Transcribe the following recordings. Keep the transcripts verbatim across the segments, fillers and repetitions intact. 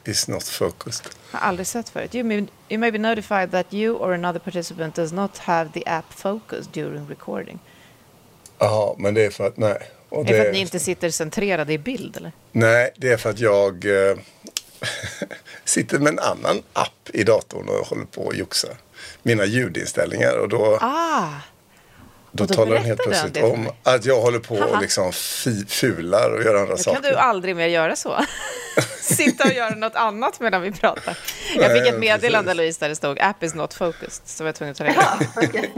is not focused. Jag har aldrig sett förut. You may, you may be notified that you or another participant does not have the app focused during recording. Ja, men det är för att, nej. Och det är det för att ni inte sitter centrerade i bild, eller? Nej, det är för att jag eh, sitter med en annan app i datorn och håller på att joxa mina ljudinställningar. Och då... Ah! Då, då talar den helt plötsligt om att jag håller på och liksom fi- fular och gör andra då saker. Kan du aldrig mer göra så? Sitta och göra något annat medan vi pratar. Jag fick ett meddelande, Louise, där det stod app is not focused. Så var jag tvungen att ta reda på. Okay.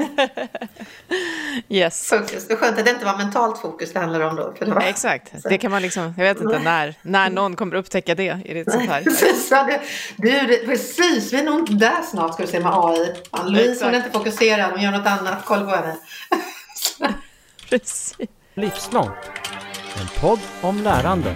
Yes. Fokus. Det är skönt att det inte var mentalt fokus det handlar om då. För det var... Exakt. Det kan man liksom, jag vet inte när, när någon kommer upptäcka det i ditt sånt här. du, du, precis, vi är nog inte där snart, ska du se med A I. Louise, hon är inte fokuserad, hon gör något annat. Koll på henne. Precis. Livslångt. En podd om lärande.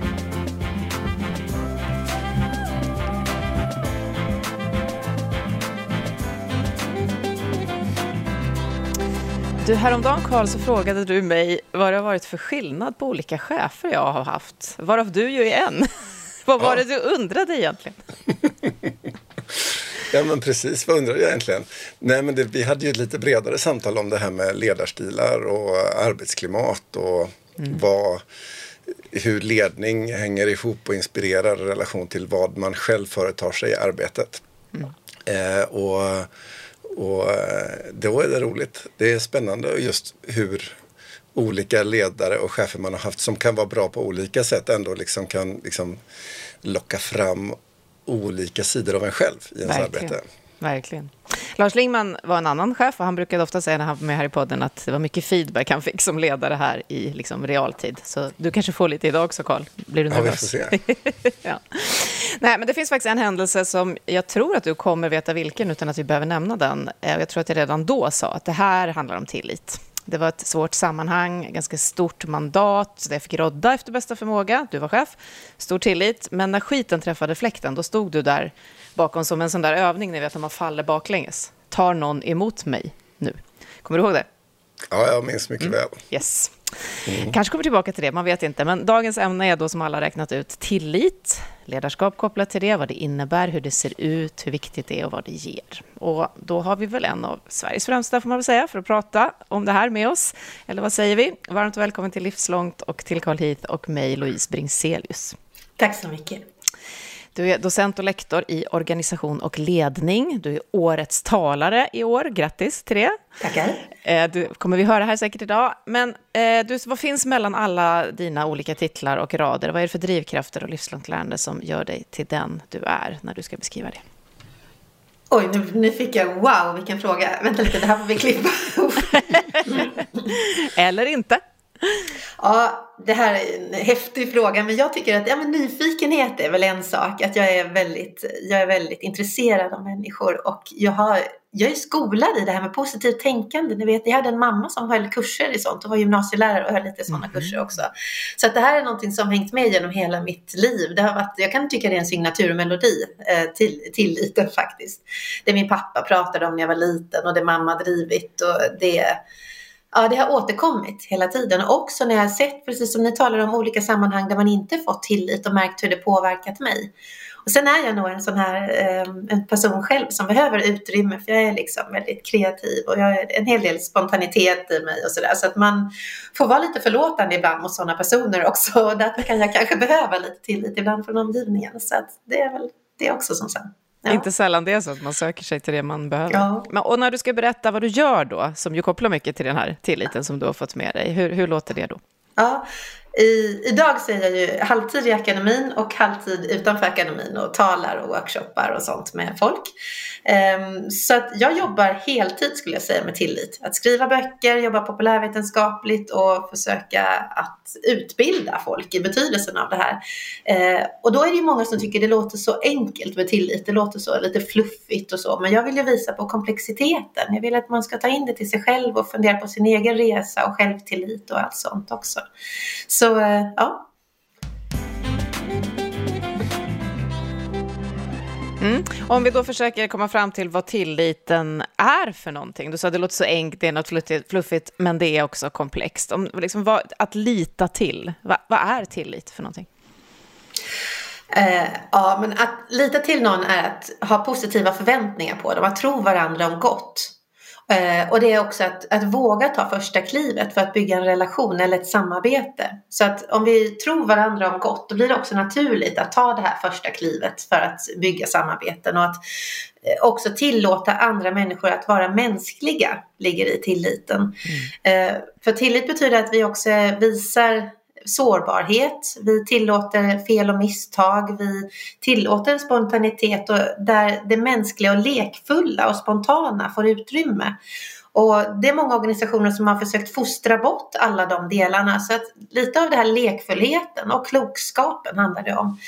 Du, häromdagen, Carl, så frågade du mig vad det har varit för skillnad på olika chefer jag har haft. Varav du ju är en. Vad var Ja. det du undrade egentligen? Ja, men precis. Vad undrar jag egentligen? Nej, men det, vi hade ju ett lite bredare samtal om det här med ledarstilar och arbetsklimat och mm. vad, hur ledning hänger ihop och inspirerar i relation till vad man själv företar sig i arbetet. Mm. Eh, och, och då är det roligt. Det är spännande just hur olika ledare och chefer man har haft som kan vara bra på olika sätt ändå liksom kan liksom locka fram olika sidor av en själv i ens Verkligen. arbete. Verkligen. Lars Lingman var en annan chef och han brukade ofta säga när han var med här i podden att det var mycket feedback han fick som ledare här i liksom realtid. Så du kanske får lite idag också, Carl. Blir du nervös? Ja, vi får se. Ja. Nej, men det finns faktiskt en händelse som jag tror att du kommer veta vilken utan att vi behöver nämna den. Jag tror att jag redan då sa att det här handlar om tillit. Det var ett svårt sammanhang, ganska stort mandat. Jag fick rodda efter bästa förmåga. Du var chef. Stor tillit. Men när skiten träffade fläkten, då stod du där bakom som en sån där övning. Ni vet när man faller baklänges. Tar någon emot mig nu? Kommer du ihåg det? Ja, jag minns mycket mm. väl. Yes. Mm. Kanske kommer tillbaka till det, man vet inte. Men dagens ämne är då som alla räknat ut tillit. Ledarskap kopplat till det, vad det innebär, hur det ser ut, hur viktigt det är och vad det ger. Och då har vi väl en av Sveriges främsta, får man väl säga, för att prata om det här med oss. Eller vad säger vi? Varmt välkommen till Livslångt och till Carl Heath och mig, Louise Bringselius. Tack så mycket. Du är docent och lektor i organisation och ledning. Du är årets talare i år. Grattis till det. Tackar. Du kommer vi höra här säkert idag. Men du, vad finns mellan alla dina olika titlar och rader? Vad är det för drivkrafter och livslångt lärande som gör dig till den du är när du ska beskriva det? Oj, nu, nu fick jag, wow, vilken fråga. Vänta lite, det här får vi klippa. Eller inte. Ja, det här är en häftig fråga, men jag tycker att ja, men nyfikenhet är väl en sak. Att jag är väldigt, jag är väldigt intresserad av människor och jag, har, jag är skolad i det här med positivt tänkande. Ni vet, jag hade en mamma som höll kurser i sånt och var gymnasielärare och höll lite sådana mm. kurser också. Så att det här är någonting som hängt med genom hela mitt liv. Det har varit, jag kan tycka det är en signaturmelodi eh, till, tilliten faktiskt. Det min pappa pratade om när jag var liten och det mamma drivit och det... Ja, det har återkommit hela tiden. Och också när jag har sett, precis som ni talar om, olika sammanhang där man inte fått tillit och märkt hur det påverkat mig. Och sen är jag nog en sån här eh, en person själv som behöver utrymme. För jag är liksom väldigt kreativ och jag har en hel del spontanitet i mig och sådär. Så att man får vara lite förlåtande ibland mot sådana personer också. Och därför kan jag kanske behöva lite tillit ibland från omgivningen. Så att det är väl det också som sen. Ja. Inte sällan det är så att man söker sig till det man behöver. Ja. Men, och när du ska berätta vad du gör då, som ju kopplar mycket till den här tilliten som du har fått med dig, hur, hur låter det då? Ja, i, idag så är jag ju halvtid i akademin och halvtid utanför akademin och talar och workshoppar och sånt med folk. Um, så att jag jobbar heltid skulle jag säga med tillit. Att skriva böcker, jobba populärvetenskapligt och försöka att utbilda folk i betydelsen av det här. Uh, och då är det ju många som tycker det låter så enkelt med tillit. Det låter så lite fluffigt och så. Men jag vill ju visa på komplexiteten. Jag vill att man ska ta in det till sig själv och fundera på sin egen resa och självtillit och allt sånt också. Så ja. Mm. Om vi då försöker komma fram till vad tilliten är för någonting. Du sa att det låter så enkelt, det är något fluffigt, men det är också komplext. Om, liksom, vad, att lita till, vad, vad är tillit för någonting? Eh, ja, men att lita till någon är att ha positiva förväntningar på dem, att tro varandra om gott. Eh, och det är också att, att våga ta första klivet för att bygga en relation eller ett samarbete. Så att om vi tror varandra om gott, då blir det också naturligt att ta det här första klivet för att bygga samarbeten. Och att eh, också tillåta andra människor att vara mänskliga ligger i tilliten. Mm. Eh, för tillit betyder att vi också visar sårbarhet, vi tillåter fel och misstag, vi tillåter spontanitet och där det mänskliga och lekfulla och spontana får utrymme. Och det är många organisationer som har försökt fostra bort alla de delarna, så att lite av det här lekfullheten och klokskapen handlar det om.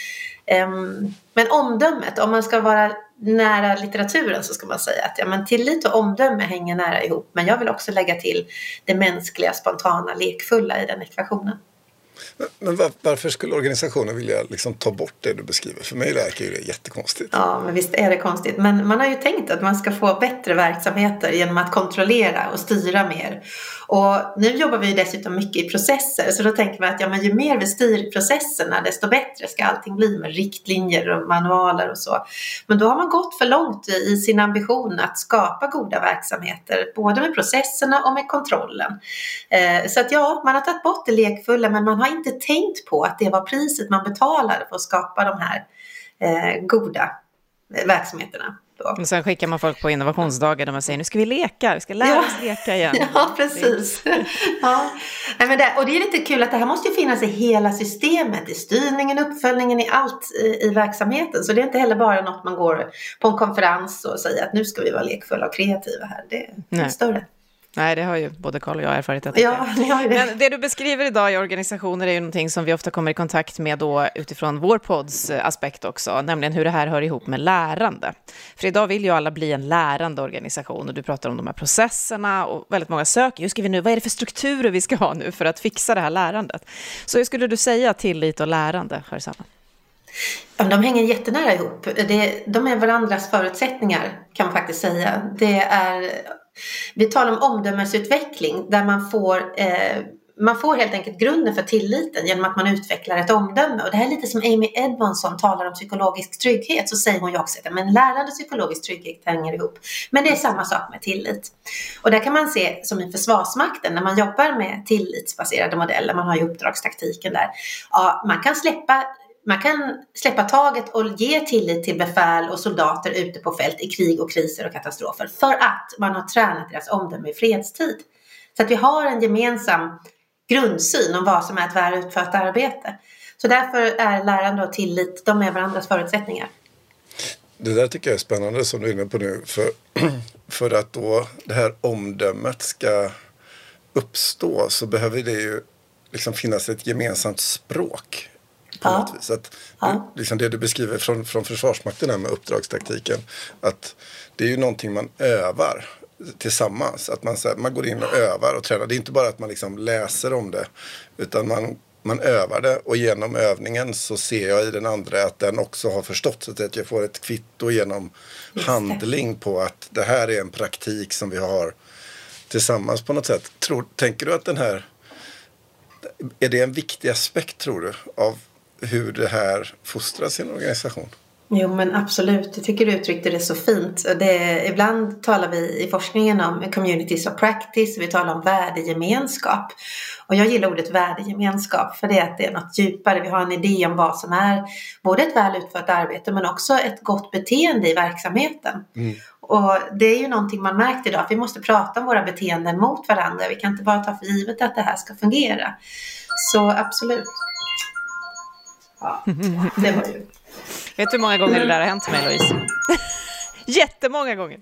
Men omdömet, om man ska vara nära litteraturen så ska man säga att ja, men tillit och omdöme hänger nära ihop, men jag vill också lägga till det mänskliga, spontana, lekfulla i den ekvationen. Men var, varför skulle organisationen vilja liksom ta bort det du beskriver? För mig verkar ju det jättekonstigt. Ja, men visst är det konstigt. Men man har ju tänkt att man ska få bättre verksamheter genom att kontrollera och styra mer. Och nu jobbar vi ju dessutom mycket i processer. Så då tänker man att ja, men ju mer vi styr processerna, desto bättre ska allting bli med riktlinjer och manualer och så. Men då har man gått för långt i sin ambition att skapa goda verksamheter. Både med processerna och med kontrollen. Eh, så att ja, man har tagit bort det lekfulla, men man har inte tänkt på att det var priset man betalade för att skapa de här eh, goda verksamheterna. Och sen skickar man folk på innovationsdagar där man säger nu ska vi leka, vi ska lära oss ja. leka igen. Ja, precis. Ja. Men det, och det är lite kul att det här måste ju finnas i hela systemet, i styrningen, uppföljningen, i allt i, i verksamheten. Så det är inte heller bara något man går på en konferens och säger att nu ska vi vara lekfulla och kreativa här. Det är Nej. större. Nej, det har ju både Carl och jag erfarenhet. Ja, det har ju det. Men det du beskriver idag i organisationer är ju någonting som vi ofta kommer i kontakt med då utifrån vår podds aspekt också, nämligen hur det här hör ihop med lärande. För idag vill ju alla bli en lärande organisation och du pratar om de här processerna och väldigt många söker. Hur ska vi nu, vad är det för strukturer vi ska ha nu för att fixa det här lärandet? Så hur skulle du säga tillit och lärande hör samman? De hänger jättenära ihop. Det, de är varandras förutsättningar kan man faktiskt säga. Det är, vi talar om omdömesutveckling där man får, eh, man får helt enkelt grunden för tilliten genom att man utvecklar ett omdöme. Och det här är lite som Amy Edmondson talar om psykologisk trygghet, så säger hon ju också att men lärande psykologisk trygghet hänger ihop. Men det är samma sak med tillit. Och där kan man se som i Försvarsmakten när man jobbar med tillitsbaserade modeller, man har ju uppdragstaktiken där. Ja, man kan släppa Man kan släppa taget och ge tillit till befäl och soldater ute på fält i krig och kriser och katastrofer för att man har tränat deras omdöme i fredstid. Så att vi har en gemensam grundsyn om vad som är ett väl utfört arbete. Så därför är lärande och tillit, de är varandras förutsättningar. Det där tycker jag är spännande som du är inne på nu. För, för att då det här omdömet ska uppstå så behöver det ju liksom finnas ett gemensamt språk. På ja. något vis. Att, ja. liksom det du beskriver från, från Försvarsmakten här med uppdragstaktiken, att det är ju någonting man övar tillsammans. Att man, så här, man går in och övar och tränar. Det är inte bara att man liksom läser om det, utan man, man övar det och genom övningen så ser jag i den andra att den också har förstått, så att jag får ett kvitto genom handling på att det här är en praktik som vi har tillsammans på något sätt. Tror, tänker du att den här, är det en viktig aspekt tror du av hur det här fostras i en organisation? Jo, men absolut. Jag tycker du uttryckte det så fint. Det, ibland talar vi i forskningen om communities of practice. Vi talar om värdegemenskap. Och jag gillar ordet värdegemenskap för det är att det är något djupare. Vi har en idé om vad som är både ett väl utfört arbete men också ett gott beteende i verksamheten. Mm. Och det är ju någonting man märkt idag. Vi måste prata om våra beteenden mot varandra. Vi kan inte bara ta för givet att det här ska fungera. Så absolut. Ja, det var ju... Vet du hur många gånger det där har hänt mig, Louise? Jättemånga gånger.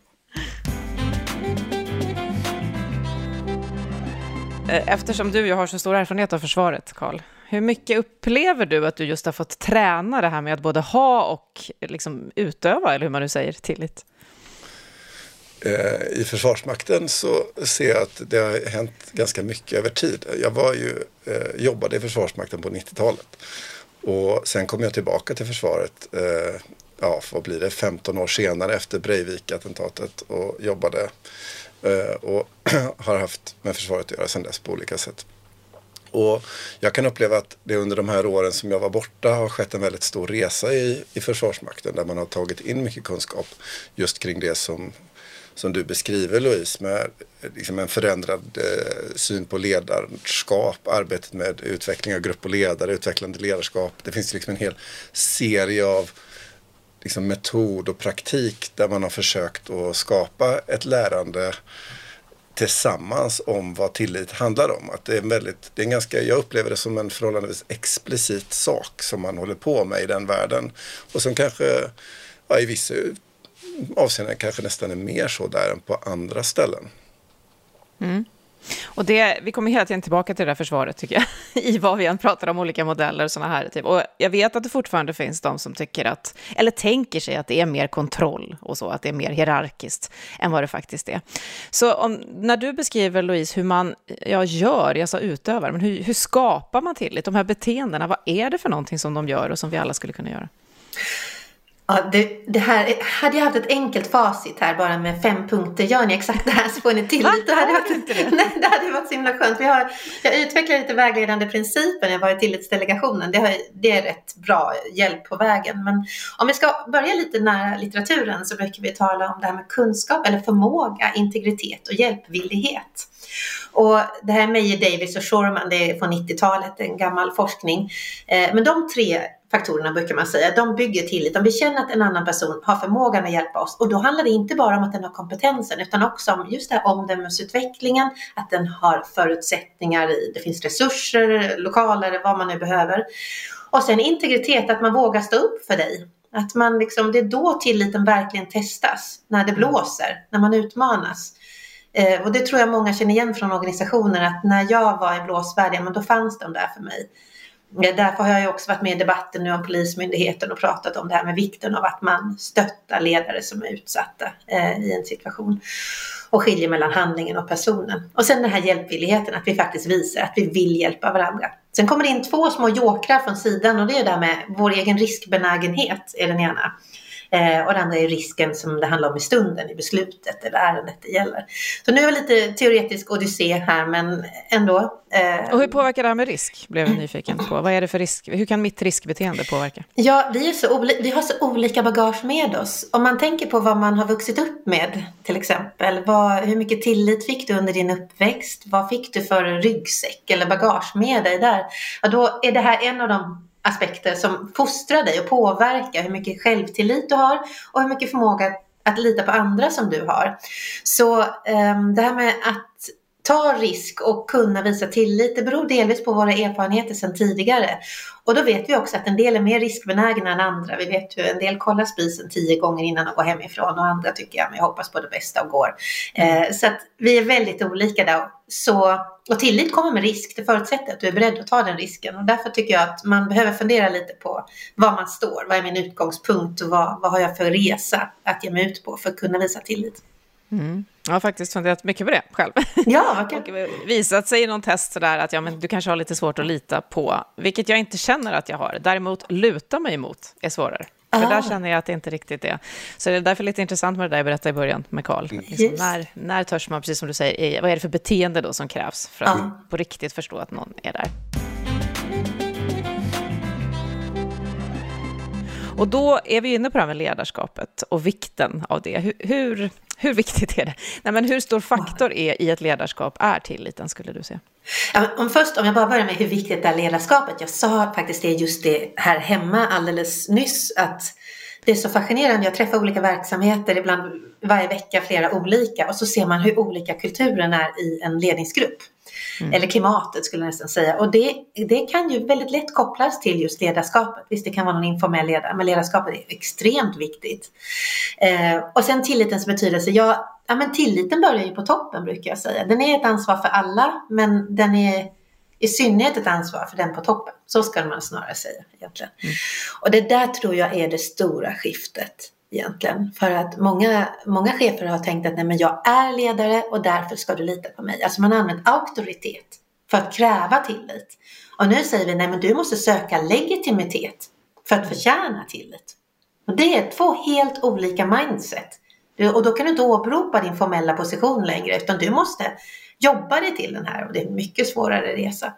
Eftersom du ju har så stor erfarenhet av försvaret, Carl. Hur mycket upplever du att du just har fått träna det här med att både ha och liksom utöva, eller hur man nu säger, tillit? I Försvarsmakten så ser jag att det har hänt ganska mycket över tid. Jag var ju, jobbade i Försvarsmakten på nittiotalet. Och sen kom jag tillbaka till försvaret, eh, ja, vad blir det, femton år senare efter Breivik-attentatet och jobbade eh, och har haft med försvaret att göra sedan dess på olika sätt. Och jag kan uppleva att det under de här åren som jag var borta har skett en väldigt stor resa i, i Försvarsmakten där man har tagit in mycket kunskap just kring det som, som du beskriver, Louise, med liksom en förändrad eh, syn på ledarskap, arbetet med utveckling av grupp och ledare, utvecklande ledarskap. Det finns liksom en hel serie av liksom metod och praktik där man har försökt att skapa ett lärande tillsammans om vad tillit handlar om. Att det är en väldigt, det är en ganska, jag upplever det som en förhållandevis explicit sak som man håller på med i den världen. Och som kanske, ja, i vissa avseenden kanske nästan är mer så där än på andra ställen. Mm. Och det, vi kommer hela tiden tillbaka till det där försvaret, tycker jag, i vad vi än pratar om olika modeller och såna här typ. Och jag vet att det fortfarande finns de som tycker att, eller tänker sig att det är mer kontroll och så, att det är mer hierarkiskt än vad det faktiskt är. Så om, när du beskriver, Louise, hur man ja, gör, jag sa utövar, men hur, hur skapar man tillit? De här beteendena, vad är det för någonting som de gör och som vi alla skulle kunna göra? Ja, det, det här, hade jag haft ett enkelt facit här bara med fem punkter, gör ni exakt det här så får ni till lite. Det hade varit, inte det. Nej, det hade varit så himla skönt. Vi har, jag utvecklar lite vägledande principer när jag var i tillitsdelegationen. Det, har, det är rätt bra hjälp på vägen. Men om vi ska börja lite nära litteraturen så brukar vi tala om det här med kunskap eller förmåga, integritet och hjälpvillighet. Och det här med Davis och Shorman, det är från nittiotalet, en gammal forskning. Eh, men de tre faktorerna brukar man säga, de bygger tillit. Om vi känner att en annan person har förmågan att hjälpa oss, och då handlar det inte bara om att den har kompetensen utan också om just det här omdömesutvecklingen, att den har förutsättningar i, det finns resurser, lokaler, vad man nu behöver. Och sen integritet, att man vågar stå upp för dig. Att man liksom, det är då tilliten verkligen testas, när det blåser, när man utmanas. Eh, och det tror jag många känner igen från organisationer, att när jag var i blåsvärlden, men då fanns de där för mig. Därför har jag ju också varit med i debatten nu om Polismyndigheten och pratat om det här med vikten av att man stöttar ledare som är utsatta eh, i en situation och skiljer mellan handlingen och personen. Och sen den här hjälpvilligheten, att vi faktiskt visar att vi vill hjälpa varandra. Sen kommer det in två små jokrar från sidan, och det är det här med vår egen riskbenägenhet är den ena. Eh, och det andra är risken som det handlar om i stunden, i beslutet eller ärendet det gäller. Så nu är det lite teoretisk odyssé här, men ändå. Eh, och hur påverkar det här med risk? Blev jag nyfiken på. Vad är det för risk? Hur kan mitt riskbeteende påverka? Ja, vi, är så oli- vi har så olika bagage med oss. Om man tänker på vad man har vuxit upp med, till exempel. Vad, hur mycket tillit fick du under din uppväxt? Vad fick du för ryggsäck eller bagage med dig där? Ja, då är det här en av de aspekter som fostrar dig och påverkar hur mycket självtillit du har och hur mycket förmåga att lita på andra som du har. Så um, det här med att ta risk och kunna visa tillit, det beror delvis på våra erfarenheter sedan tidigare. Och då vet vi också att en del är mer riskbenägna än andra. Vi vet hur en del kollar spisen tio gånger innan de går hemifrån, och andra tycker jag, men jag hoppas på det bästa och går. Mm. Eh, så att vi är väldigt olika där. Så, och tillit kommer med risk, det förutsätter att du är beredd att ta den risken. Och därför tycker jag att man behöver fundera lite på var man står, vad är min utgångspunkt och vad, vad har jag för resa att ge mig ut på för att kunna visa tillit. Mm. Jag har faktiskt funderat mycket på det själv. Ja, vad kul. Och visat sig i någon test sådär att ja, men du kanske har lite svårt att lita på, vilket jag inte känner att jag har. Däremot luta mig emot är svårare. För ah. där känner jag att det inte riktigt är. Så det är därför lite intressant med det där jag berättade i början med Carl. Liksom, yes. när, när törs man, precis som du säger, vad är det för beteende då som krävs för att ah. på riktigt förstå att någon är där? Och då är vi inne på det här med ledarskapet och vikten av det. Hur, hur, hur viktigt är det? Nej, men hur stor faktor är i ett ledarskap är tilliten, skulle du säga? Ja, om först, om jag bara börjar med hur viktigt det är ledarskapet. Jag sa faktiskt det just det här hemma alldeles nyss, att det är så fascinerande. Jag träffar olika verksamheter, ibland varje vecka flera olika, och så ser man hur olika kulturen är i en ledningsgrupp. Mm. Eller klimatet skulle jag nästan säga. Och det, det kan ju väldigt lätt kopplas till just ledarskapet. Visst, det kan vara någon informell ledare, men ledarskapet är extremt viktigt. Eh, och sen tillitens betydelse. Ja, ja, men tilliten börjar ju på toppen, brukar jag säga. Den är ett ansvar för alla, men den är i synnerhet ett ansvar för den på toppen. Så ska man snarare säga egentligen. Mm. Och det där tror jag är det stora skiftet egentligen. För att många, många chefer har tänkt att nej, men jag är ledare och därför ska du lita på mig. Alltså man har använt auktoritet för att kräva tillit. Och nu säger vi nej, men du måste söka legitimitet för att förtjäna tillit. Och det är två helt olika mindset. Du, och då kan du inte åberopa din formella position längre, utan du måste jobba dig till den här, och det är en mycket svårare resa.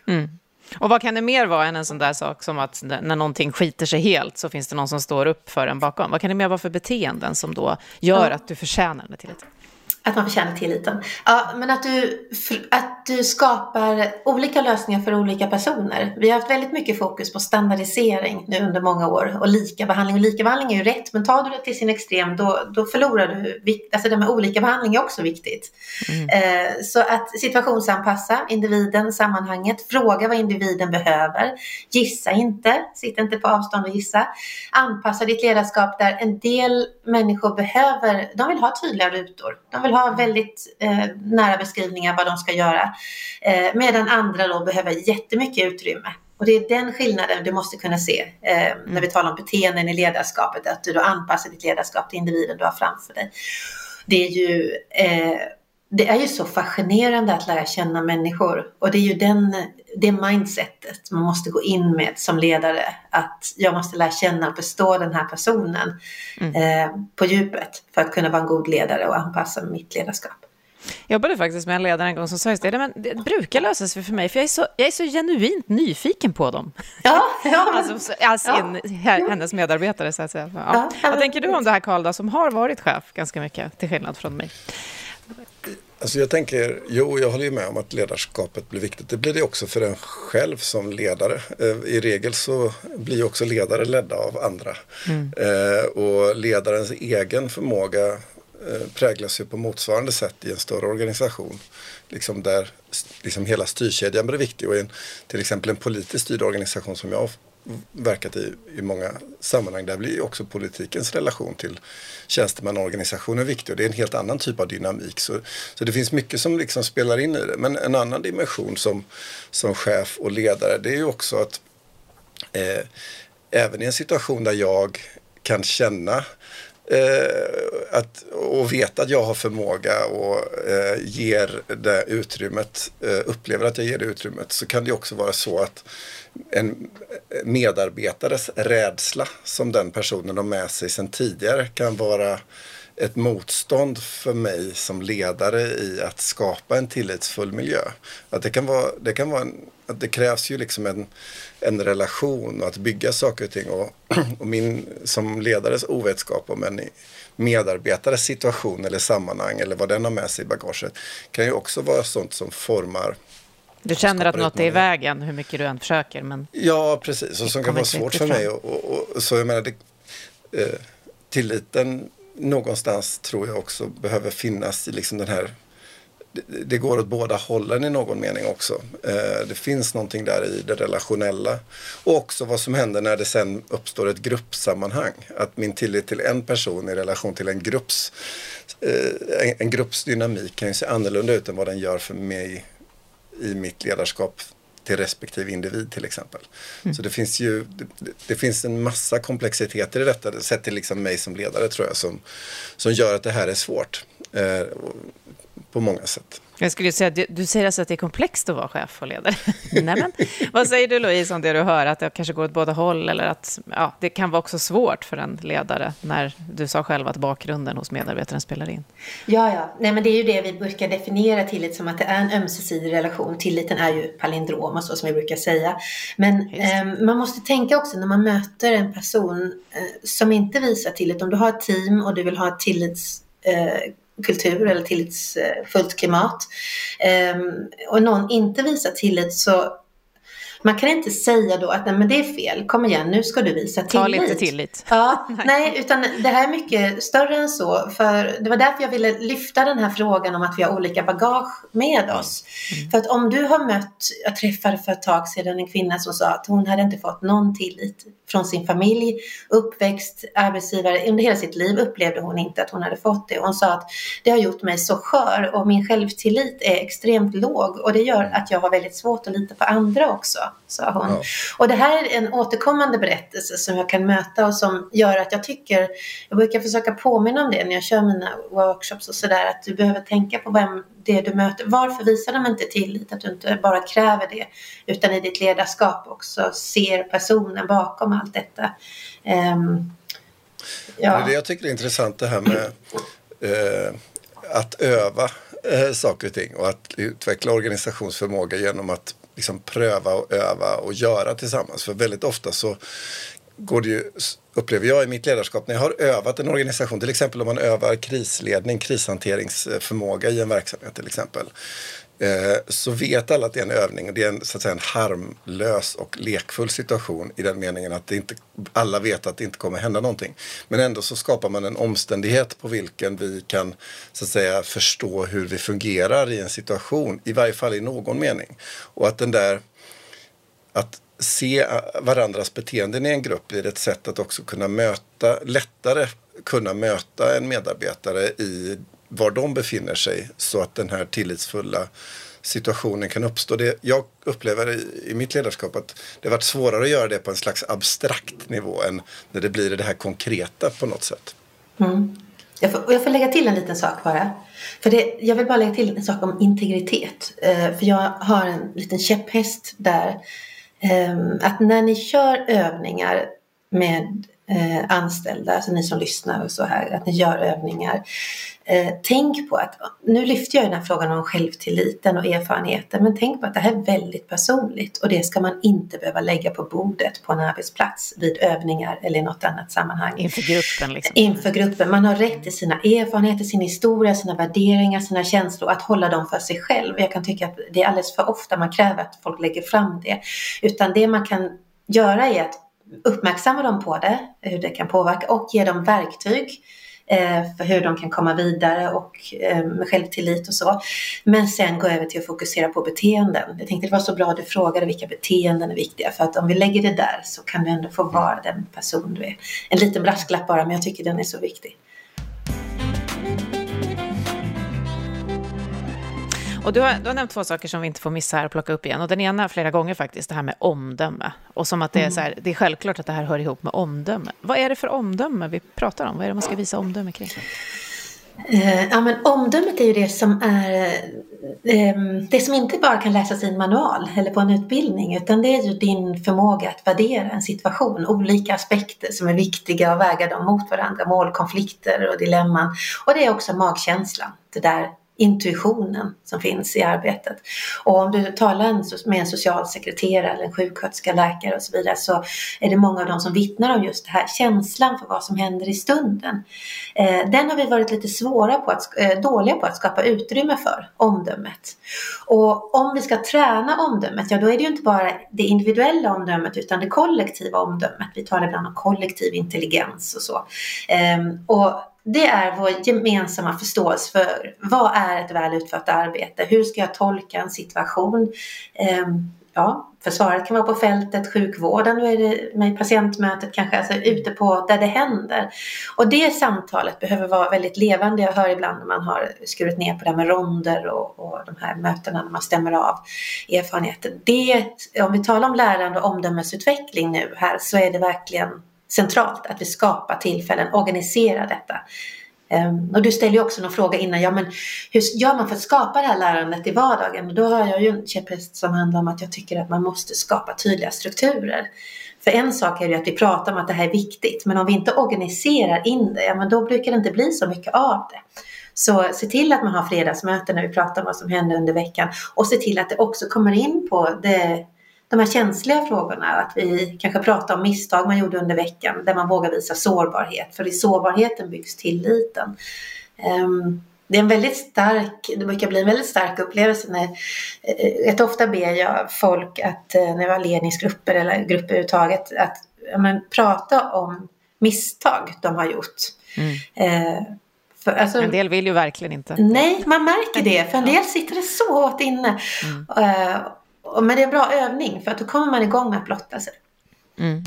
Mm. Och vad kan det mer vara än en sån där sak som att när någonting skiter sig helt så finns det någon som står upp för en bakom? Vad kan det mer vara för beteenden som då gör att du förtjänar den tilliten? Att man förtjänar tilliten. Ja, men att du, att du skapar olika lösningar för olika personer. Vi har haft väldigt mycket fokus på standardisering nu under många år. Och lika behandling. Och lika behandling är ju rätt. Men tar du det till sin extrem då, då förlorar du. Alltså det med olika behandling är också viktigt. Mm. Eh, så att situationsanpassa individen, sammanhanget. Fråga vad individen behöver. Gissa inte. Sitt inte på avstånd och gissa. Anpassa ditt ledarskap där en del människor behöver. De vill ha tydliga rutor. De vill ha väldigt eh, nära beskrivningar vad de ska göra. Eh, medan andra då behöver jättemycket utrymme. Och det är den skillnaden du måste kunna se eh, mm. när vi talar om beteenden i ledarskapet. Att du då anpassar ditt ledarskap till individen du har framför dig. Det är ju, eh, det är ju så fascinerande att lära känna människor. Och det är ju den, det mindsetet man måste gå in med som ledare. Att jag måste lära känna och förstå den här personen mm. eh, på djupet. För att kunna vara en god ledare och anpassa mitt ledarskap. Jag jobbade faktiskt med en ledare en gång som sa just det, men det brukar lösa sig för mig för jag är så, jag är så genuint nyfiken på dem. Ja, ja. alltså, alltså ja. En, hennes medarbetare så att säga. Ja. Ja, ja. Vad tänker du om det här, Karl, då, som har varit chef ganska mycket till skillnad från mig? Alltså jag tänker, jo jag håller ju med om att ledarskapet blir viktigt. Det blir det också för en själv som ledare. I regel så blir också ledare ledda av andra. Mm. Och ledarens egen förmåga präglas ju på motsvarande sätt i en större organisation. Liksom där liksom hela styrkedjan blir viktig. Och i en, till exempel en politiskt styrd organisation som jag har verkat i i många sammanhang, där blir också politikens relation till tjänstemannaorganisationen viktig. Och det är en helt annan typ av dynamik. Så, så det finns mycket som liksom spelar in i det. Men en annan dimension som, som chef och ledare, det är ju också att eh, även i en situation där jag kan känna Eh, att, och veta att jag har förmåga och eh, ger det utrymmet, eh, upplever att jag ger det utrymmet, så kan det också vara så att en medarbetares rädsla som den personen har med sig sedan tidigare kan vara ett motstånd för mig som ledare i att skapa en tillitsfull miljö. Att det kan vara, det kan vara en, att det krävs ju liksom en, en relation och att bygga saker och ting. Och, och min som ledares ovetskap om en medarbetares situation eller sammanhang eller vad den har med sig i bagaget kan ju också vara sånt som formar. Du känner att något är i vägen hur mycket du än försöker. Men ja, precis. Och som kan vara svårt för mig. Och, och, och, så jag menar, det, eh, tilliten någonstans tror jag också behöver finnas i liksom den här, det, det går åt båda hållen i någon mening också. Eh, det finns någonting där i det relationella och också vad som händer när det sen uppstår ett gruppsammanhang. Att min tillit till en person i relation till en grupps eh, en, en grupps dynamik kan ju se annorlunda ut än vad den gör för mig i mitt ledarskap till respektive individ till exempel. Mm. Så det finns ju det, det finns en massa komplexiteter i detta, sett till liksom mig som ledare tror jag, som, som gör att det här är svårt eh, på många sätt. Jag skulle säga, du, du säger alltså att det är komplext att vara chef och ledare. Nej, men, vad säger du, Louise, om det du hör, att det kanske går åt båda håll eller att ja, det kan vara också svårt för en ledare när du sa själv att bakgrunden hos medarbetaren spelar in? Ja, ja. Nej, men det är ju det vi brukar definiera tillit som, att det är en ömsesidig relation. Tilliten är ju palindrom och så som vi brukar säga. Men eh, man måste tänka också när man möter en person eh, som inte visar tillit. Om du har ett team och du vill ha ett tillits eh, kultur eller tillitsfullt klimat um, och någon inte visar tillit, så man kan inte säga då att nej, men det är fel, kom igen, nu ska du visa tillit. Ta lite tillit. Ja, nej, utan det här är mycket större än så, för det var därför jag ville lyfta den här frågan om att vi har olika bagage med oss. Mm. För att om du har mött, jag träffade för ett tag sedan en kvinna som sa att hon hade inte fått någon tillit från sin familj, uppväxt, arbetsgivare, under hela sitt liv upplevde hon inte att hon hade fått det. Och hon sa att det har gjort mig så skör och min självtillit är extremt låg och det gör att jag har väldigt svårt att lita på andra också, sa hon. Ja. Och det här är en återkommande berättelse som jag kan möta och som gör att jag tycker, jag brukar försöka påminna om det när jag kör mina workshops och sådär, att du behöver tänka på vem det du möter. Varför visar de inte tillit? Att du inte bara kräver det, utan i ditt ledarskap också ser personen bakom allt detta. Um, ja. Det är det jag tycker är intressant, det här med eh, att öva eh, saker och ting och att utveckla organisationsförmåga genom att liksom pröva och öva och göra tillsammans. För väldigt ofta så går det ju, upplever jag i mitt ledarskap, när jag har övat en organisation, till exempel om man övar krisledning, krishanteringsförmåga i en verksamhet till exempel, eh, så vet alla att det är en övning och det är en, så att säga, en harmlös och lekfull situation i den meningen att det inte, alla vet att det inte kommer hända någonting. Men ändå så skapar man en omständighet på vilken vi kan, så att säga, förstå hur vi fungerar i en situation, i varje fall i någon mening. Och att den där, att se varandras beteenden i en grupp blir ett sätt att också kunna möta, lättare kunna möta en medarbetare i var de befinner sig, så att den här tillitsfulla situationen kan uppstå. Det, jag upplever i, i mitt ledarskap att det har varit svårare att göra det på en slags abstrakt nivå än när det blir det här konkreta på något sätt. Mm. Jag, får, jag får lägga till en liten sak bara. För det, jag vill bara lägga till en sak om integritet. Eh, för jag har en liten käpphäst där. Att när ni kör övningar med eh, anställda, alltså ni som lyssnar och så här, att ni gör övningar, eh, tänk på att, nu lyfter jag den här frågan om självtilliten och erfarenheten, men tänk på att det här är väldigt personligt och det ska man inte behöva lägga på bordet på en arbetsplats vid övningar eller i något annat sammanhang. Inför gruppen liksom. Inför gruppen. Man har rätt till sina erfarenheter, sin historia, sina värderingar, sina känslor, att hålla dem för sig själv. Jag kan tycka att det är alldeles för ofta man kräver att folk lägger fram det. Utan det man kan göra är att uppmärksamma dem på det, hur det kan påverka, och ge dem verktyg eh, för hur de kan komma vidare och eh, med självtillit och så. Men sen gå över till att fokusera på beteenden. Jag tänkte det var så bra att du frågade vilka beteenden är viktiga, för att om vi lägger det där så kan du ändå få vara den person du är. En liten brasklapp bara, men jag tycker den är så viktig. Och du har, du har nämnt två saker som vi inte får missa här och plocka upp igen. Och den ena flera gånger faktiskt, det här med omdöme. Och som att det är så här, det är självklart att det här hör ihop med omdöme. Vad är det för omdöme vi pratar om? Vad är det man ska visa omdöme kring? Eh, ja, men omdömet är ju det som är eh, det som inte bara kan läsas i en manual eller på en utbildning, utan det är ju din förmåga att värdera en situation, olika aspekter som är viktiga och väga dem mot varandra, målkonflikter och dilemman. Och det är också magkänslan, det där intuitionen som finns i arbetet. Och om du talar med en socialsekreterare eller en sjuksköterska, läkare och så vidare, så är det många av dem som vittnar om just det här, känslan för vad som händer i stunden. Eh, den har vi varit lite svåra på att, eh, dåliga på att skapa utrymme för, omdömet. Och om vi ska träna omdömet, ja då är det ju inte bara det individuella omdömet utan det kollektiva omdömet. Vi talar ibland om kollektiv intelligens och så. Eh, och det är vår gemensamma förståelse för vad är ett väl utfört arbete. Hur ska jag tolka en situation? Ja, försvaret kan vara på fältet, sjukvården, då är det med patientmötet kanske, alltså ute på där det händer. Och det samtalet behöver vara väldigt levande. Jag hör ibland när man har skurit ner på det här med ronder och, och de här mötena när man stämmer av erfarenheter. Det, om vi talar om lärande och omdömesutveckling nu här, så är det verkligen centralt att vi skapar tillfällen, organiserar detta. Um, och du ställer ju också någon fråga innan, ja men hur gör man för att skapa det här lärandet i vardagen? Och då har jag ju en käpphäst som handlar om att jag tycker att man måste skapa tydliga strukturer. För en sak är ju att vi pratar om att det här är viktigt, men om vi inte organiserar in det, ja men då brukar det inte bli så mycket av det. Så se till att man har fredagsmöten när vi pratar om vad som händer under veckan, och se till att det också kommer in på det, de här känsliga frågorna, att vi kanske pratar om misstag man gjorde under veckan där man vågar visa sårbarhet, för i sårbarheten byggs tilliten. Um, det är en väldigt stark, det brukar bli en väldigt stark upplevelse när, ett ofta ber jag folk att, när vi har ledningsgrupper eller grupper överhuvudtaget, att ja, men, prata om misstag de har gjort. Mm. Uh, För, alltså, en del vill ju verkligen inte. Nej, man märker det. För en del sitter det så hårt inne. Mm. Uh, Men det är en bra övning, för att då kommer man igång med att blotta sig. Mm.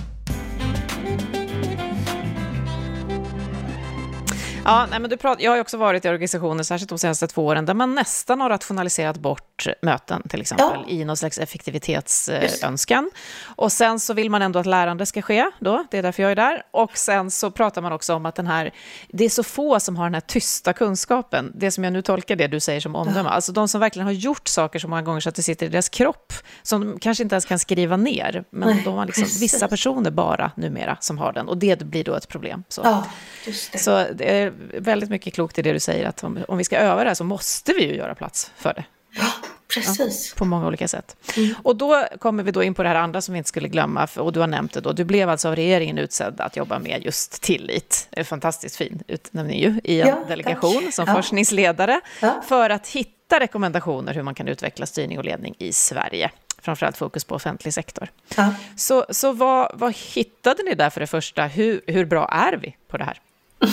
Ja, nej, men du pratar, jag har ju också varit i organisationer, särskilt de senaste två åren, där man nästan har rationaliserat bort möten till exempel, ja. I någon slags effektivitetsönskan. Och sen så vill man ändå att lärande ska ske då, det är därför jag är där. Och sen så pratar man också om att den här, det är så få som har den här tysta kunskapen, det som jag nu tolkar det du säger som omdöme, ja. Alltså de som verkligen har gjort saker så många gånger så att det sitter i deras kropp, som de kanske inte ens kan skriva ner, men nej, de har liksom vissa personer bara numera som har den, och det blir då ett problem. Så, ja, just det. Så det är väldigt mycket klokt i det du säger, att om, om vi ska öva det här så måste vi ju göra plats för det. Ja, Precis. Ja, på många olika sätt. Mm. Och då kommer vi då in på det här andra som vi inte skulle glömma, för, och du har nämnt det då. Du blev alltså av regeringen utsedd att jobba med just tillit. Det är fantastiskt fin utnämning ju i en Ja, delegation tack. som Ja. forskningsledare Ja. för att hitta rekommendationer hur man kan utveckla styrning och ledning i Sverige. Framförallt fokus på offentlig sektor. Ja. Så, så vad, vad hittade ni där för det första? Hur, hur bra är vi på det här?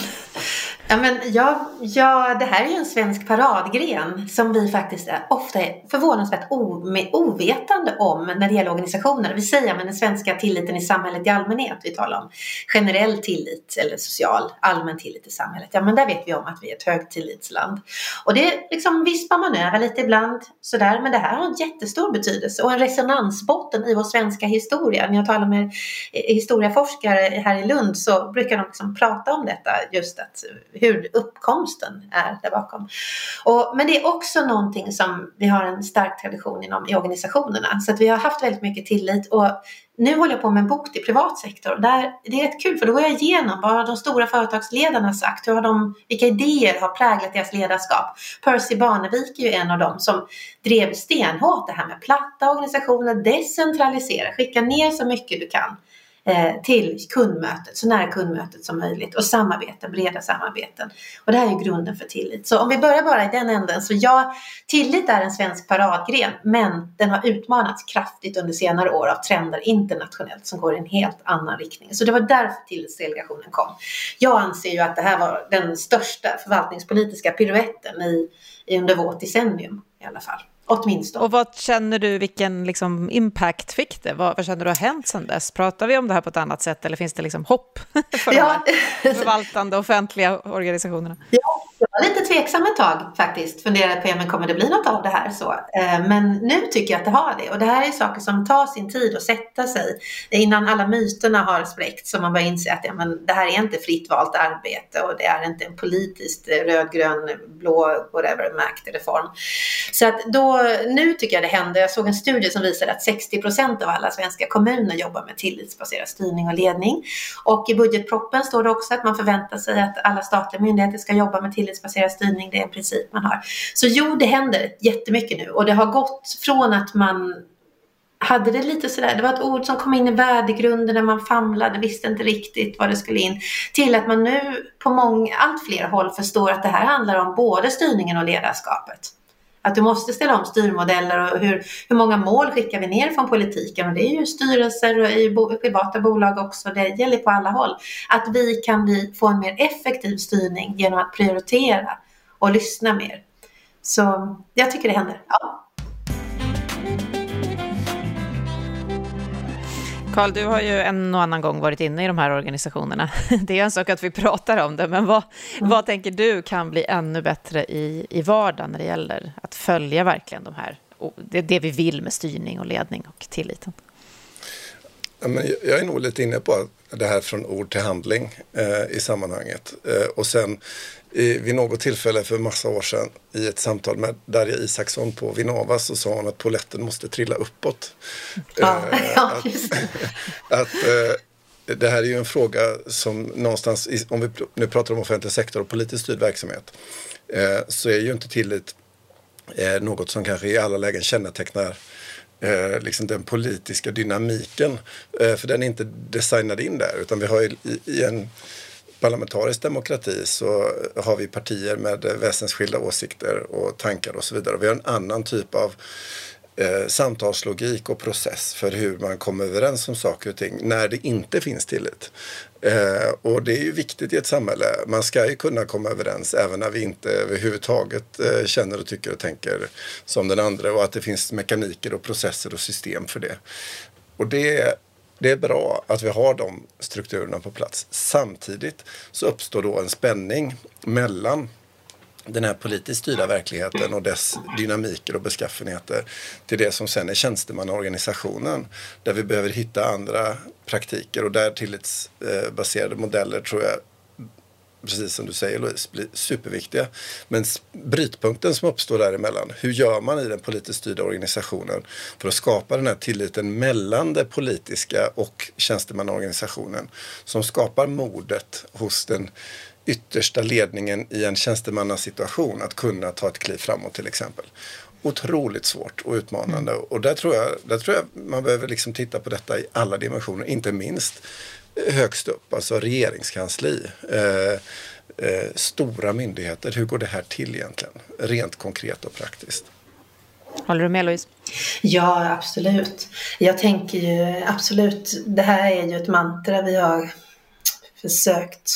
Ja, men ja, ja, det här är ju en svensk paradgren som vi faktiskt är, ofta är förvånansvärt o, med, ovetande om när det gäller organisationer. Vi säger men den svenska tilliten i samhället i allmänhet, vi talar om generell tillit eller social allmän tillit i samhället. Ja, men där vet vi om att vi är ett högtillitsland. Och det liksom vispar man över lite ibland sådär, men det här har en jättestor betydelse och en resonansbotten i vår svenska historia. När jag talar med historieforskare här i Lund så brukar de liksom prata om detta, just att hur uppkomsten är där bakom. Och, men det är också någonting som vi har en stark tradition inom i organisationerna. Så att vi har haft väldigt mycket tillit. Och nu håller jag på med en bok till privat sektor. Där, det är rätt kul för då går jag igenom vad har de stora företagsledarna sagt. Hur har de, vilka idéer har präglat deras ledarskap. Percy Barnevik är ju en av dem som drev stenhårt det här med platta organisationer. Decentralisera, skicka ner så mycket du kan till kundmötet, så nära kundmötet som möjligt och samarbeten, breda samarbeten. Och det här är ju grunden för tillit. Så om vi börjar bara i den änden, så ja, tillit är en svensk paradgren, men den har utmanats kraftigt under senare år av trender internationellt som går i en helt annan riktning. Så det var därför tillitsdelegationen kom. Jag anser ju att det här var den största förvaltningspolitiska piruetten i, under vårt decennium i alla fall. Åtminstone. Och vad känner du, vilken liksom impact fick det? Vad, vad känner du har hänt sedan dess? Pratar vi om det här på ett annat sätt eller finns det liksom hopp för ja. de här förvaltande offentliga organisationerna? Ja, jag var lite tveksam ett tag faktiskt. Funderade på, men kommer det bli något av det här så? Men nu tycker jag att det har det. Och det här är saker som tar sin tid att sätta sig. Innan alla myterna har spräckt så man bara inser att ja, men det här är inte fritt valt arbete och det är inte en politiskt rödgrön, blå, whatever, maktreform. Så att då, nu tycker jag det händer. Jag såg en studie som visar att sextio procent av alla svenska kommuner jobbar med tillitsbaserad styrning och ledning. Och i budgetproppen står det också att man förväntar sig att alla statliga myndigheter ska jobba med tillitsbaserad styrning. Det är en princip man har. Så jo, det händer jättemycket nu. Och det har gått från att man hade det lite sådär, det var ett ord som kom in i värdegrunden när man famlade, visste inte riktigt vad det skulle in, till att man nu på många, allt fler håll förstår att det här handlar om både styrningen och ledarskapet. Att du måste ställa om styrmodeller och hur, hur många mål skickar vi ner från politiken. Och det är ju styrelser och i bo, privata bolag också. Det gäller på alla håll. Att vi kan bli, få en mer effektiv styrning genom att prioritera och lyssna mer. Så jag tycker det händer. Ja. Carl, du har ju en och annan gång varit inne i de här organisationerna. Det är en sak att vi pratar om det, men vad, mm. vad tänker du kan bli ännu bättre i, i vardagen när det gäller att följa verkligen de här, det, det vi vill med styrning och ledning och tilliten? Ja, men jag är nog lite inne på det här från ord till handling eh, i sammanhanget. Eh, och sen i, vid något tillfälle för massa år sedan i ett samtal med Darja Isaksson på Vinnova så sa hon att poletten måste trilla uppåt. Ja, eh, ja, att just det. att eh, det här är ju en fråga som någonstans, om vi nu pratar om offentlig sektor och politiskt styrd verksamhet, eh, så är ju inte tillit eh, något som kanske i alla lägen kännetecknar Eh, liksom den politiska dynamiken, eh, för den är inte designad in där, utan vi har i, i en parlamentarisk demokrati så har vi partier med väsensskilda åsikter och tankar och så vidare. Vi har en annan typ av eh, samtalslogik och process för hur man kommer överens om saker och ting när det inte finns tillit. Eh, och det är ju viktigt i ett samhälle. Man ska ju kunna komma överens även när vi inte överhuvudtaget eh, känner och tycker och tänker som den andra, och att det finns mekaniker och processer och system för det. Och det, det är bra att vi har de strukturerna på plats. Samtidigt så uppstår då en spänning mellan den här politiskt styrda verkligheten och dess dynamiker och beskaffenheter till det som sen är tjänstemannaorganisationen, där vi behöver hitta andra praktiker, och där tillitsbaserade modeller tror jag, precis som du säger Louise, blir superviktiga. Men brytpunkten som uppstår däremellan, hur gör man i den politiskt styrda organisationen för att skapa den här tilliten mellan det politiska och tjänstemannaorganisationen som skapar modet hos den yttersta ledningen i en tjänstemannasituation att kunna ta ett kliv framåt till exempel. otroligt svårt och utmanande. Mm. Och där tror, jag, där tror jag man behöver liksom titta på detta i alla dimensioner, inte minst högst upp, alltså regeringskansli, eh, eh, stora myndigheter. Hur går det här till egentligen? Rent konkret och praktiskt. Håller du med, Louise? Ja, absolut. Jag tänker ju absolut, det här är ju ett mantra vi har försökt.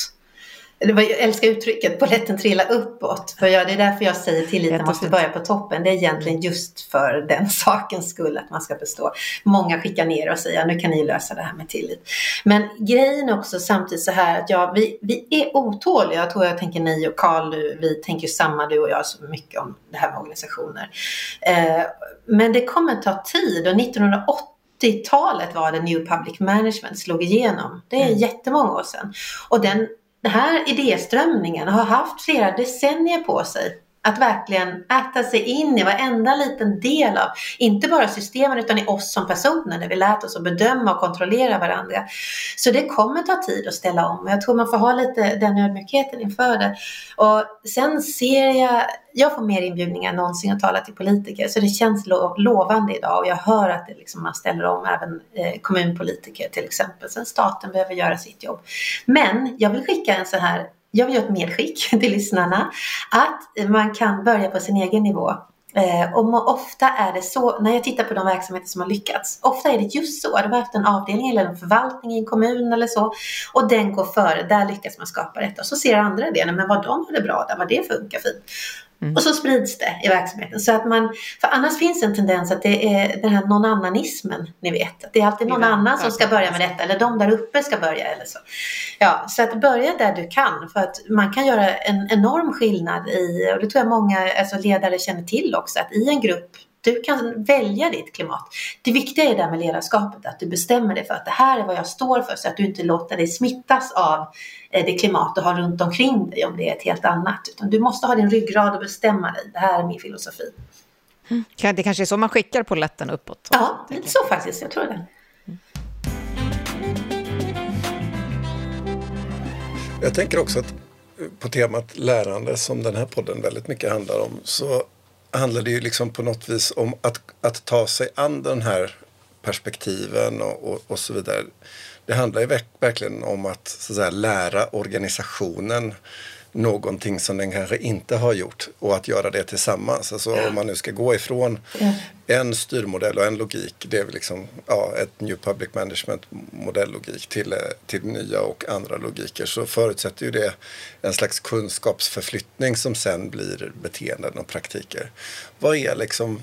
Jag älskar uttrycket, polletten trilla uppåt. För jag, det är därför jag säger tilliten måste börja på toppen. Det är egentligen just för den sakens skull att man ska förstå. Många skickar ner och säger, nu kan ni lösa det här med tillit. Men grejen är också samtidigt så här att ja, vi, vi är otåliga. Jag tror jag tänker ni och Carl, vi tänker samma, du och jag, så mycket om det här med organisationer. Eh, men det kommer ta tid, och nittonhundraåttiotalet var det New Public Management slog igenom. Det är mm. jättemånga år sedan. Och den Den här idéströmningen har haft flera decennier på sig att verkligen äta sig in i varenda liten del av, inte bara systemen utan i oss som personer, där vi lärt oss att bedöma och kontrollera varandra. Så det kommer ta tid att ställa om. Jag tror man får ha lite den ödmjukheten inför det. Och sen ser jag, jag får mer inbjudningar än någonsin att tala till politiker, så det känns lo- lovande idag, och jag hör att det liksom, man ställer om även eh, kommunpolitiker till exempel. Sen staten behöver göra sitt jobb. Men jag vill skicka en så här, jag vill göra ett medskick till lyssnarna att man kan börja på sin egen nivå. Eh, och ofta är det så, när jag tittar på de verksamheter som har lyckats, ofta är det just så. Det har haft en avdelning eller en förvaltning i en kommun eller så, och den går före, där lyckas man skapa detta. Och så ser andra det, men vad de har det bra där, vad det funkar fint. Mm. Och så sprids det i verksamheten. Så att man, för annars finns en tendens att det är den här någon annanismen, ni vet. Att det är alltid någon annan som ska börja med detta. Eller de där uppe ska börja eller så. Ja, så att börja där du kan. För att man kan göra en enorm skillnad i, och det tror jag många alltså ledare känner till också, att i en grupp, du kan välja ditt klimat. Det viktiga är där med ledarskapet, att du bestämmer dig för att det här är vad jag står för, så att du inte låter dig smittas av det klimat du har runt omkring dig om det är ett helt annat. Utan du måste ha din ryggrad och bestämma dig. Det här är min filosofi. Mm. Det kanske är så man skickar polletten uppåt. Ja, lite så faktiskt. Jag tror det. Mm. Jag tänker också att på temat lärande, som den här podden väldigt mycket handlar om, så handlar det ju liksom på något vis om att, att ta sig an den här perspektiven och, och, och så vidare. Det handlar ju verk, verkligen om att, så att säga, lära organisationen någonting som den kanske inte har gjort, och att göra det tillsammans. Alltså ja. Om man nu ska gå ifrån ja. en styrmodell och en logik, det är väl liksom ja, ett New Public Management modellogik till, till nya och andra logiker, så förutsätter ju det en slags kunskapsförflyttning som sen blir beteenden och praktiker. Vad är liksom,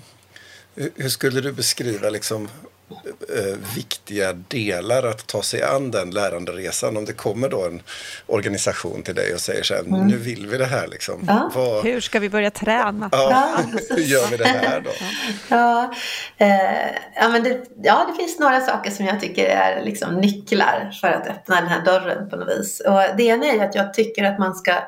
hur skulle du beskriva liksom Eh, viktiga delar att ta sig an den läranderesan, om det kommer då en organisation till dig och säger så här, mm. nu vill vi det här liksom. Ja. Vad... Hur ska vi börja träna? Ja, hur gör vi det här då? Ja, eh, ja, men det, ja, det finns några saker som jag tycker är liksom nycklar för att öppna den här dörren på något vis. Och det ena är att jag tycker att man ska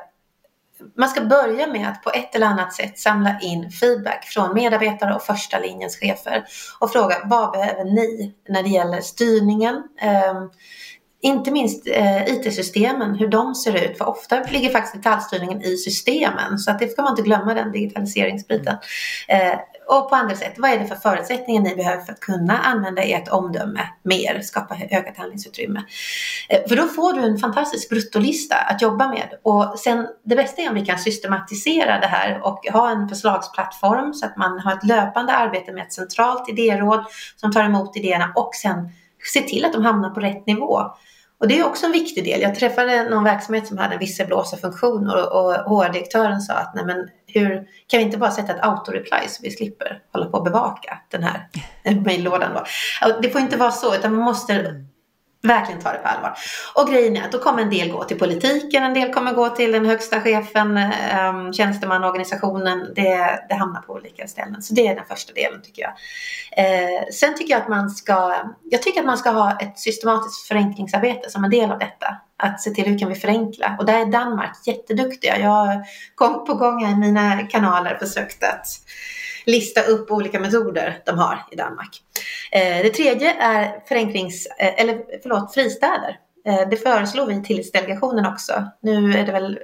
Man ska börja med att på ett eller annat sätt samla in feedback från medarbetare och första linjens chefer och fråga, vad behöver ni när det gäller styrningen? Um, inte minst eh, I T-systemen, hur de ser ut. För ofta ligger faktiskt detaljstyrningen i systemen, så att det ska man inte glömma, den digitaliseringsbiten. Eh, och på andra sätt, vad är det för förutsättningar ni behöver för att kunna använda ert omdöme mer, skapa ökat handlingsutrymme. Eh, för då får du en fantastisk bruttolista att jobba med. Och sen, det bästa är om vi kan systematisera det här och ha en förslagsplattform så att man har ett löpande arbete med ett centralt idéråd som tar emot idéerna och sen se till att de hamnar på rätt nivå. Och det är också en viktig del. Jag träffade någon verksamhet som hade en visselblåsarfunktion och, och H R-direktören sa att nej, men hur kan vi inte bara sätta ett auto-reply så vi slipper hålla på att bevaka den här mejllådan då. Det får inte vara så, utan man måste verkligen ta det på allvar. Och grejen är att då kommer en del gå till politiken, en del kommer gå till den högsta chefen, eh, tjänstemannaorganisationen. Det, det hamnar på olika ställen. Så det är den första delen tycker jag. Eh, sen tycker jag att man ska, jag tycker att man ska ha ett systematiskt förenklingsarbete som en del av detta. Att se till hur kan vi förenkla. Och där är Danmark jätteduktiga. Jag har gång på gång i mina kanaler försökt att lista upp olika metoder de har i Danmark. Eh, det tredje är förenklings, eh, eller förlåt, fristäder. Eh, det föreslår vi till delegationen också. Nu är det väl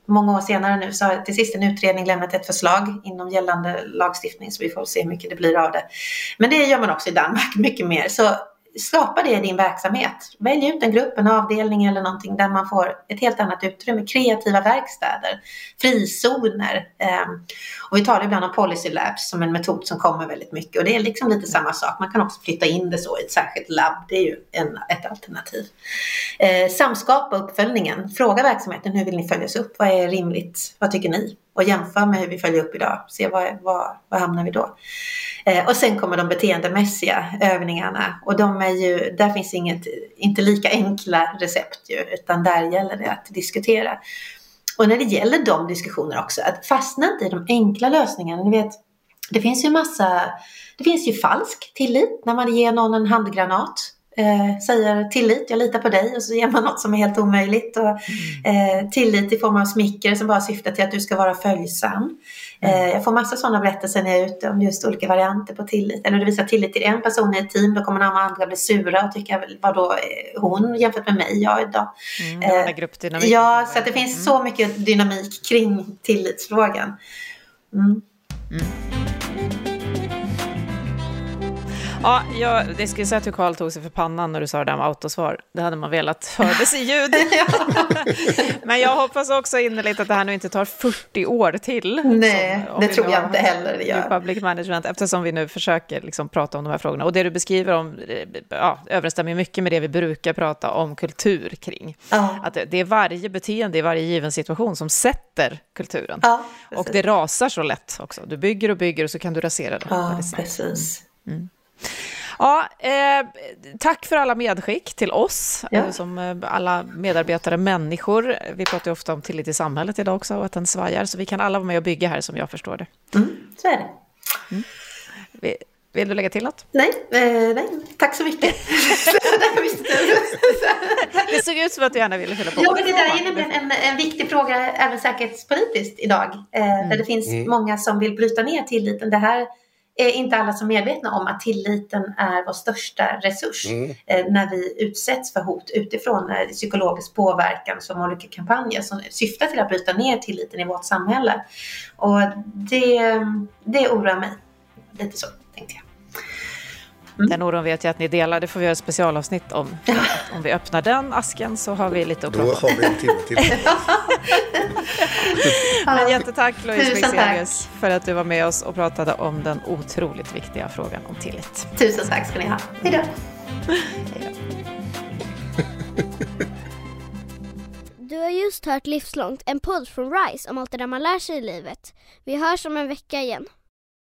många år senare nu så har till sist en utredning lämnat ett förslag inom gällande lagstiftning, så vi får se hur mycket det blir av det. Men det gör man också i Danmark mycket mer. Så skapa det i din verksamhet. Välj ut en grupp, en avdelning eller någonting där man får ett helt annat utrymme. Kreativa verkstäder, frizoner. Och vi talar ibland om policy labs som en metod som kommer väldigt mycket. Och det är liksom lite samma sak. Man kan också flytta in det så i ett särskilt labb. Det är ju en, ett alternativ. Eh, samskapa uppföljningen. Fråga verksamheten, hur vill ni följas upp? Vad är rimligt? Vad tycker ni? Och jämför med hur vi följer upp idag. Se vad, vad, vad hamnar vi då? Eh, och sen kommer de beteendemässiga övningarna. Och de är ju, där finns inget, inte lika enkla recept ju, utan där gäller det att diskutera. Och när det gäller de diskussioner också, att fastna inte i de enkla lösningarna. Ni vet, det finns ju massa, det finns ju falsk tillit när man ger någon en handgranat. Eh, säger tillit, jag litar på dig, och så ger man något som är helt omöjligt. Och, eh, tillit i form av smicker som bara syftar till att du ska vara följsam. Eh, jag får massa sådana berättelser när jag är ute om just olika varianter på tillit. Eller du visar tillit till en person i ett team, då kommer någon andra bli sura och tycka, vad då är hon jämfört med mig jag idag? Mm, det är gruppdynamik. Ja, så att det finns mm. så mycket dynamik kring tillitsfrågan. Mm. Mm. Ja, jag, det skulle säga att hur Carl tog sig för pannan när du sa det där med autosvar. Det hade man velat hördes i ljud. Men jag hoppas också innerligt att det här nu inte tar fyrtio år till. Nej, som, det tror jag inte heller det gör. Public management, eftersom vi nu försöker liksom prata om de här frågorna. Och det du beskriver om ja, överensstämmer mycket med det vi brukar prata om kultur kring. Ja. Att det är varje beteende i varje given situation som sätter kulturen. Ja, och det rasar så lätt också. Du bygger och bygger och så kan du rasera det. Ja, precis. Mm. Ja, eh, tack för alla medskick till oss, ja. eh, som eh, alla medarbetare, människor. Vi pratar ju ofta om tillit i samhället idag också och att den svajar, så vi kan alla vara med och bygga här som jag förstår det. Mm, så är det. Mm. Vill, vill du lägga till något? Nej, eh, nej. Tack så mycket. Det såg ut som att du gärna ville fylla på. Ja, men det där är nämligen en, en viktig fråga även säkerhetspolitiskt idag. Eh, mm. Där det finns mm. många som vill bryta ner tilliten. Det här är inte alla som är medvetna om att tilliten är vår största resurs mm. eh, när vi utsätts för hot utifrån, eh, psykologisk påverkan som olika kampanjer som syftar till att bryta ner tilliten i vårt samhälle. Och det, det oroar mig lite så, tänkte jag. Mm. Den oron vet jag att ni delar. Det får vi göra ett specialavsnitt om. Om vi öppnar den asken så har vi lite att prata om. Då har vi en timme till. Men jättetack Louise Fexelius för att du var med oss och pratade om den otroligt viktiga frågan om tillit. Tusen tack ska ni ha. Hej då. Hej då. Du har just hört Livslångt, en podd från RISE om allt det där man lär sig i livet. Vi hörs om en vecka igen.